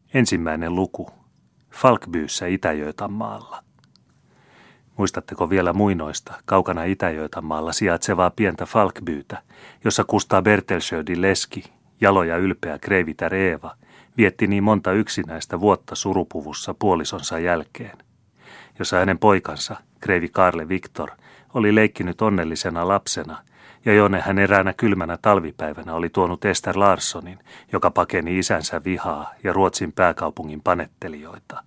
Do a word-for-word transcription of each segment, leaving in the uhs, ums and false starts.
Ensimmäinen luku. Falkbyyssä Itä-Götamäellä. Muistatteko vielä muinoista, kaukana Itä-Götamäellä sijaitsevaa pientä Falkbyytä, jossa Kustaa Bertelschöldin leski, jalo ja ylpeä kreivitär Eeva, vietti niin monta yksinäistä vuotta surupuvussa puolisonsa jälkeen, jossa hänen poikansa, kreivi Karle Viktor, oli leikkinyt onnellisena lapsena, ja jonne hän eräänä kylmänä talvipäivänä oli tuonut Ester Larssonin, joka pakeni isänsä vihaa ja Ruotsin pääkaupungin panettelijoita.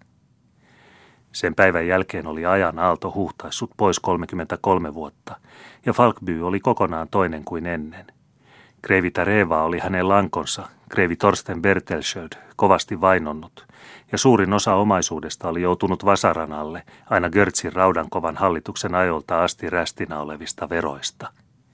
Sen päivän jälkeen oli ajan aalto huhtaissut pois kolmekymmentäkolme vuotta, ja Falkby oli kokonaan toinen kuin ennen. Kreivitär Eeva oli hänen lankonsa, kreivi Torsten Bertelschöld, kovasti vainonnut, ja suurin osa omaisuudesta oli joutunut vasaran alle aina Görtsin raudankovan hallituksen ajolta asti rästinä olevista veroista.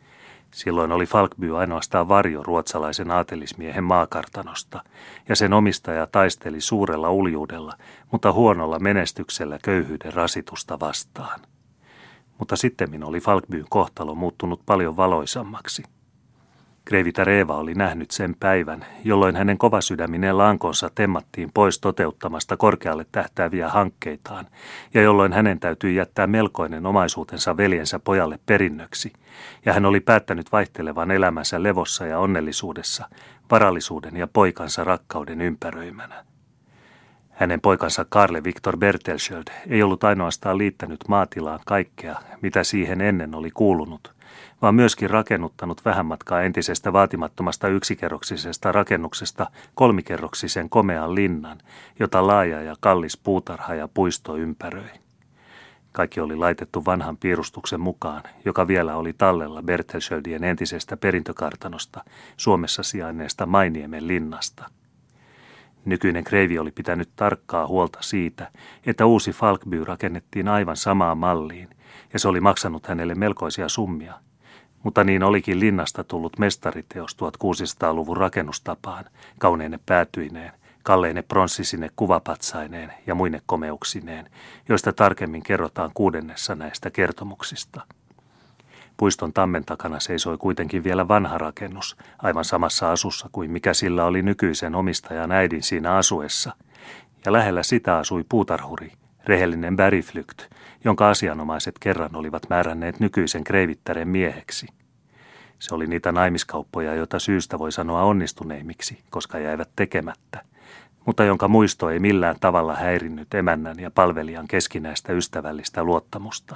Silloin oli Falkby ainoastaan varjo ruotsalaisen aatelismiehen maakartanosta, ja sen omistaja taisteli suurella uljuudella, mutta huonolla menestyksellä köyhyyden rasitusta vastaan. Mutta sittemmin oli Falkbyn kohtalo muuttunut paljon valoisammaksi. Kreivitär Eeva oli nähnyt sen päivän, jolloin hänen kovasydäminen lankonsa temmattiin pois toteuttamasta korkealle tähtääviä hankkeitaan, ja jolloin hänen täytyi jättää melkoinen omaisuutensa veljensä pojalle perinnöksi, ja hän oli päättänyt vaihtelevan elämänsä levossa ja onnellisuudessa, varallisuuden ja poikansa rakkauden ympäröimänä. Hänen poikansa Karle Viktor Bertelschöld ei ollut ainoastaan liittänyt maatilaan kaikkea, mitä siihen ennen oli kuulunut, vaan myöskin rakennuttanut vähän matkaa entisestä vaatimattomasta yksikerroksisesta rakennuksesta kolmikerroksisen komean linnan, jota laaja ja kallis puutarha ja puisto ympäröi. Kaikki oli laitettu vanhan piirustuksen mukaan, joka vielä oli tallella Bertelschöldien entisestä perintökartanosta, Suomessa sijainneesta Mainiemen linnasta. Nykyinen kreivi oli pitänyt tarkkaa huolta siitä, että uusi Falkby rakennettiin aivan samaan malliin, ja se oli maksanut hänelle melkoisia summia. Mutta niin olikin linnasta tullut mestariteos tuhatkuusisataaluvun rakennustapaan, kauneine päätyineen, kalleine pronssisine kuvapatsaineen ja muine komeuksineen, joista tarkemmin kerrotaan kuudennessa näistä kertomuksista. Puiston tammen takana seisoi kuitenkin vielä vanha rakennus, aivan samassa asussa kuin mikä sillä oli nykyisen omistajan äidin siinä asuessa, ja lähellä sitä asui puutarhuri, rehellinen Bergflykt, jonka asianomaiset kerran olivat määränneet nykyisen kreivittären mieheksi. Se oli niitä naimiskauppoja, joita syystä voi sanoa onnistuneimmiksi, koska jäivät tekemättä, mutta jonka muisto ei millään tavalla häirinnyt emännän ja palvelijan keskinäistä ystävällistä luottamusta.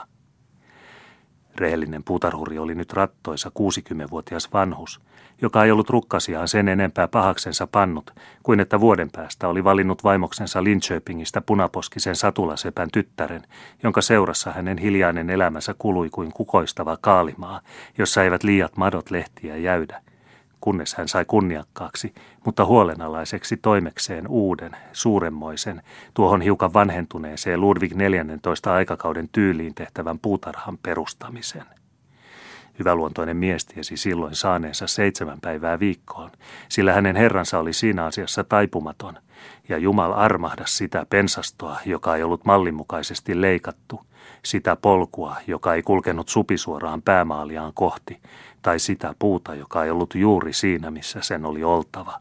Rehellinen puutarhuri oli nyt rattoisa kuusikymmenvuotias vanhus, joka ei ollut rukkasiaan sen enempää pahaksensa pannut, kuin että vuoden päästä oli valinnut vaimoksensa Linköpingistä punaposkisen satulasepän tyttären, jonka seurassa hänen hiljainen elämänsä kului kuin kukoistava kaalimaa, jossa eivät liiat madot lehtiä jäydä, kunnes hän sai kunniakkaaksi, mutta huolenalaiseksi toimekseen uuden, suuremmoisen, tuohon hiukan vanhentuneeseen Ludwig neljännentoista aikakauden tyyliin tehtävän puutarhan perustamisen. Hyväluontoinen mies tiesi silloin saaneensa seitsemän päivää viikkoon, sillä hänen herransa oli siinä asiassa taipumaton, ja Jumal armahdas sitä pensastoa, joka ei ollut mallinmukaisesti leikattu, sitä polkua, joka ei kulkenut supisuoraan päämaaliaan kohti, tai sitä puuta, joka ei ollut juuri siinä, missä sen oli oltava.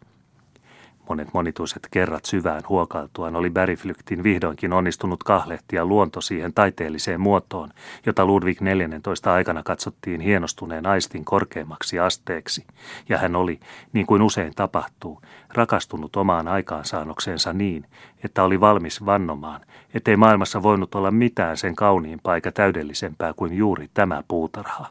Monet monituiset kerrat syvään huokailtuaan oli Bergflyktin vihdoinkin onnistunut kahlehtia luonto siihen taiteelliseen muotoon, jota Ludwig neljännentoista aikana katsottiin hienostuneen aistin korkeammaksi asteeksi, ja hän oli, niin kuin usein tapahtuu, rakastunut omaan aikaansaannokseensa niin, että oli valmis vannomaan, ettei maailmassa voinut olla mitään sen kauniimpaa eikä täydellisempää kuin juuri tämä puutarha.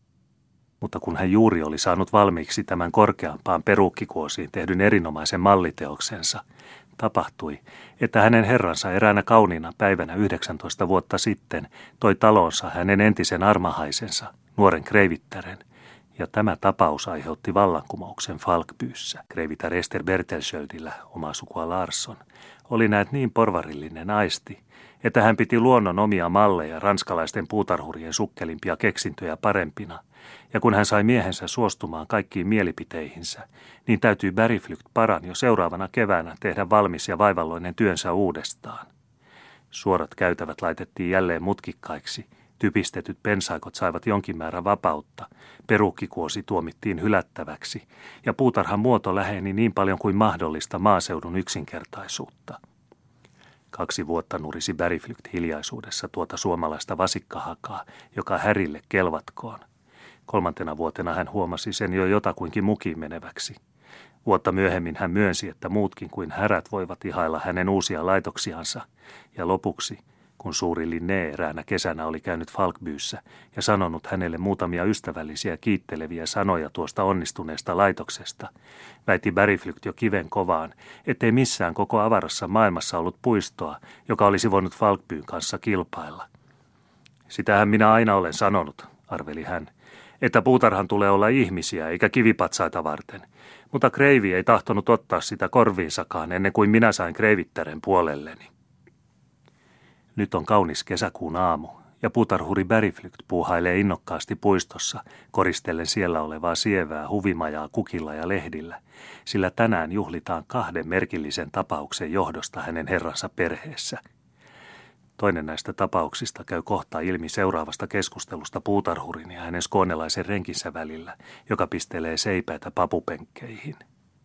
Mutta kun hän juuri oli saanut valmiiksi tämän korkeampaan peruukkikuosiin tehdyn erinomaisen malliteoksensa, tapahtui, että hänen herransa eräänä kauniina päivänä yhdeksäntoista vuotta sitten toi talonsa hänen entisen armahaisensa, nuoren kreivittären, ja tämä tapaus aiheutti vallankumouksen Falkbyssä. Kreivitär Ester Bertelschöldillä, omaa sukua Larsson, oli näet niin porvarillinen aisti, että hän piti luonnon omia malleja ranskalaisten puutarhurien sukkelimpia keksintöjä parempina, ja kun hän sai miehensä suostumaan kaikkiin mielipiteihinsä, niin täytyi Bergflykt paran jo seuraavana keväänä tehdä valmis ja vaivalloinen työnsä uudestaan. Suorat käytävät laitettiin jälleen mutkikkaiksi, Typistetyt pensaikot saivat jonkin määrän vapautta, perukkikuosi tuomittiin hylättäväksi, ja puutarhan muoto läheni niin paljon kuin mahdollista maaseudun yksinkertaisuutta. Kaksi vuotta nurisi Bergflygt hiljaisuudessa tuota suomalaista vasikkahakaa, joka härille kelvatkoon. Kolmantena vuotena hän huomasi sen jo jotakuinkin mukiin meneväksi. Vuotta myöhemmin hän myönsi, että muutkin kuin härät voivat ihailla hänen uusia laitoksiansa, ja lopuksi, kun suuri Linné eräänä kesänä oli käynyt Falkbyyssä ja sanonut hänelle muutamia ystävällisiä kiitteleviä sanoja tuosta onnistuneesta laitoksesta, väitti Bergflygt jo kiven kovaan, ettei missään koko avarassa maailmassa ollut puistoa, joka olisi voinut Falkbyyn kanssa kilpailla. Sitähän minä aina olen sanonut, arveli hän, että puutarhan tulee olla ihmisiä eikä kivipatsaita varten, mutta kreivi ei tahtonut ottaa sitä korviinsakaan ennen kuin minä sain kreivittären puolelleni. Nyt on kaunis kesäkuun aamu, ja puutarhuri Bergflygt puuhailee innokkaasti puistossa, koristellen siellä olevaa sievää huvimajaa kukilla ja lehdillä, sillä tänään juhlitaan kahden merkillisen tapauksen johdosta hänen herransa perheessä. Toinen näistä tapauksista käy kohta ilmi seuraavasta keskustelusta puutarhurin ja hänen skoonelaisen renkinsä välillä, joka pistelee seipäitä papupenkkeihin.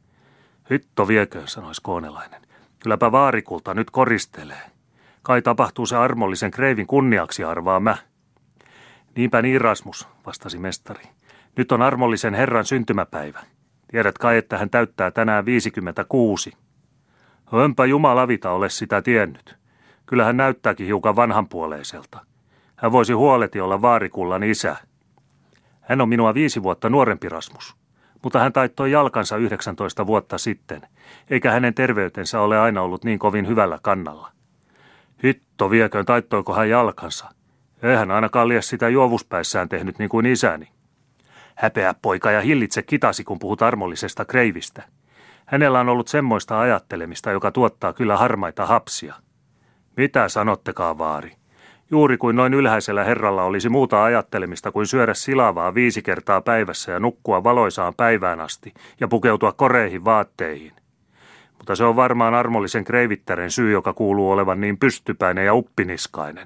Hitto vieköön, sanoi skoonelainen. Kylläpä vaarikulta nyt koristelee. Kai tapahtuu se armollisen kreivin kunniaksi, arvaa mä. Niinpä niin, Rasmus, vastasi mestari. Nyt on armollisen herran syntymäpäivä. Tiedät kai, että hän täyttää tänään viisikymmentäkuusi. Hönpä jumalavita ole sitä tiennyt. Kyllä hän näyttääkin hiukan vanhanpuoleiselta. Hän voisi huoleti olla vaarikullan isä. Hän on minua viisi vuotta nuorempi, Rasmus, mutta hän taittoi jalkansa yhdeksäntoista vuotta sitten, eikä hänen terveytensä ole aina ollut niin kovin hyvällä kannalla. Hitto vieköön, taittoiko hän jalkansa? Eihän ainakaan lie sitä juovuspäissään tehnyt niin kuin isäni. Häpeä poika ja hillitse kitasi, kun puhut armollisesta kreivistä. Hänellä on ollut semmoista ajattelemista, joka tuottaa kyllä harmaita hapsia. Mitä sanottekaan, vaari? Juuri kuin noin ylhäisellä herralla olisi muuta ajattelemista kuin syödä silavaa viisi kertaa päivässä ja nukkua valoisaan päivään asti ja pukeutua koreihin vaatteihin. Mutta se on varmaan armollisen kreivittären syy, joka kuuluu olevan niin pystypäinen ja uppiniskainen.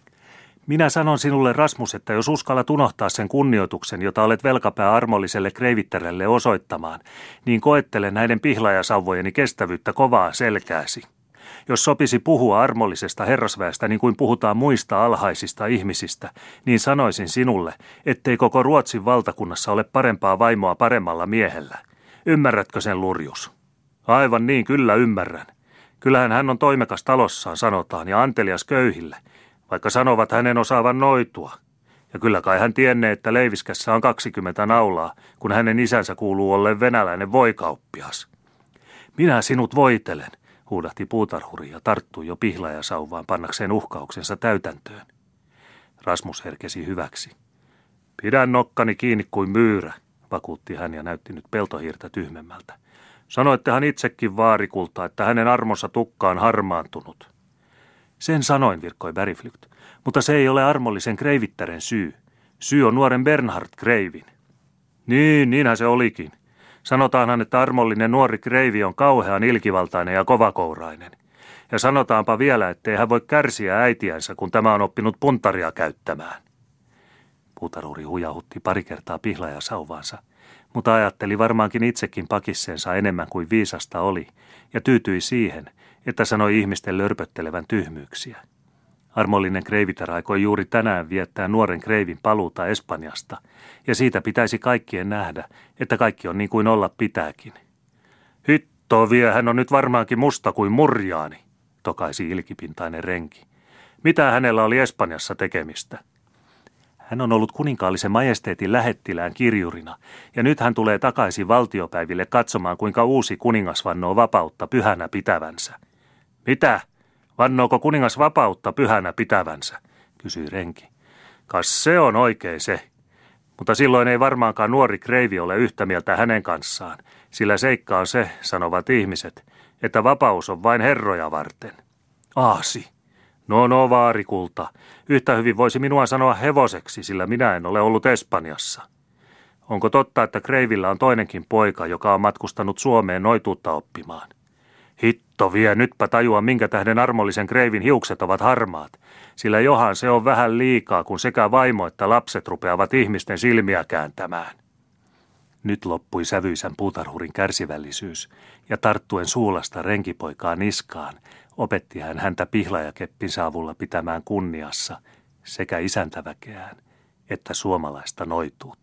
Minä sanon sinulle, Rasmus, että jos uskallat unohtaa sen kunnioituksen, jota olet velkapää armolliselle kreivittärelle osoittamaan, niin koettele näiden pihlajasauvojeni kestävyyttä kovaa selkääsi. Jos sopisi puhua armollisesta herrasväestä niin kuin puhutaan muista alhaisista ihmisistä, niin sanoisin sinulle, ettei koko Ruotsin valtakunnassa ole parempaa vaimoa paremmalla miehellä. Ymmärrätkö sen, Lurjus? Aivan niin, kyllä ymmärrän. Kyllähän hän on toimekas talossaan, sanotaan, ja antelias köyhille, vaikka sanovat hänen osaavan noitua. Ja kyllä kai hän tiennee, että leiviskässä on kaksikymmentä naulaa, kun hänen isänsä kuuluu olleen venäläinen voikauppias. Minä sinut voitelen, huudahti puutarhuri ja tarttui jo pihlajasauvaan pannakseen uhkauksensa täytäntöön. Rasmus herkesi hyväksi. Pidän nokkani kiinni kuin myyrä, vakuutti hän ja näytti nyt peltohiirtä tyhmemmältä. Sanoittehan itsekin vaarikulta, että hänen armonsa tukka on harmaantunut. Sen sanoin, virkkoi Bergflygt, mutta se ei ole armollisen kreivittären syy. Syy on nuoren Bernhard Kreivin. Niin, niinhän se olikin. Sanotaanhan, että armollinen nuori kreivi on kauhean ilkivaltainen ja kovakourainen. Ja sanotaanpa vielä, ettei hän voi kärsiä äitiänsä, kun tämä on oppinut puntaria käyttämään. Puutarhuri hujahutti pari kertaa pihlajasauvaansa, mutta ajatteli varmaankin itsekin pakisseensa enemmän kuin viisasta oli, ja tyytyi siihen, että sanoi ihmisten lörpöttelevän tyhmyyksiä. Armollinen kreivitär aikoi juuri tänään viettää nuoren kreivin paluuta Espanjasta, ja siitä pitäisi kaikkien nähdä, että kaikki on niin kuin olla pitääkin. Hitto vie, hän on nyt varmaankin musta kuin murjaani, tokaisi ilkipintainen renki. Mitä hänellä oli Espanjassa tekemistä? Hän on ollut kuninkaallisen majesteetin lähettilään kirjurina, ja nyt hän tulee takaisin valtiopäiville katsomaan, kuinka uusi kuningas vannoo vapautta pyhänä pitävänsä. Mitä? Vannooko kuningas vapautta pyhänä pitävänsä? Kysyi renki. Kas se on oikein se. Mutta silloin ei varmaankaan nuori kreivi ole yhtä mieltä hänen kanssaan, sillä seikka on se, sanovat ihmiset, että vapaus on vain herroja varten. Aasi. No no, vaarikulta. Yhtä hyvin voisi minua sanoa hevoseksi, sillä minä en ole ollut Espanjassa. Onko totta, että kreivillä on toinenkin poika, joka on matkustanut Suomeen noituutta oppimaan? Hitto vie, nytpä tajua, minkä tähden armollisen kreivin hiukset ovat harmaat, sillä johan se on vähän liikaa, kun sekä vaimo että lapset rupeavat ihmisten silmiä kääntämään. Nyt loppui sävyisän puutarhurin kärsivällisyys, ja tarttuen suulasta renkipoikaa niskaan, opetti hän häntä pihlajakeppinsa avulla pitämään kunniassa sekä isäntäväkeään että suomalaista noituutta.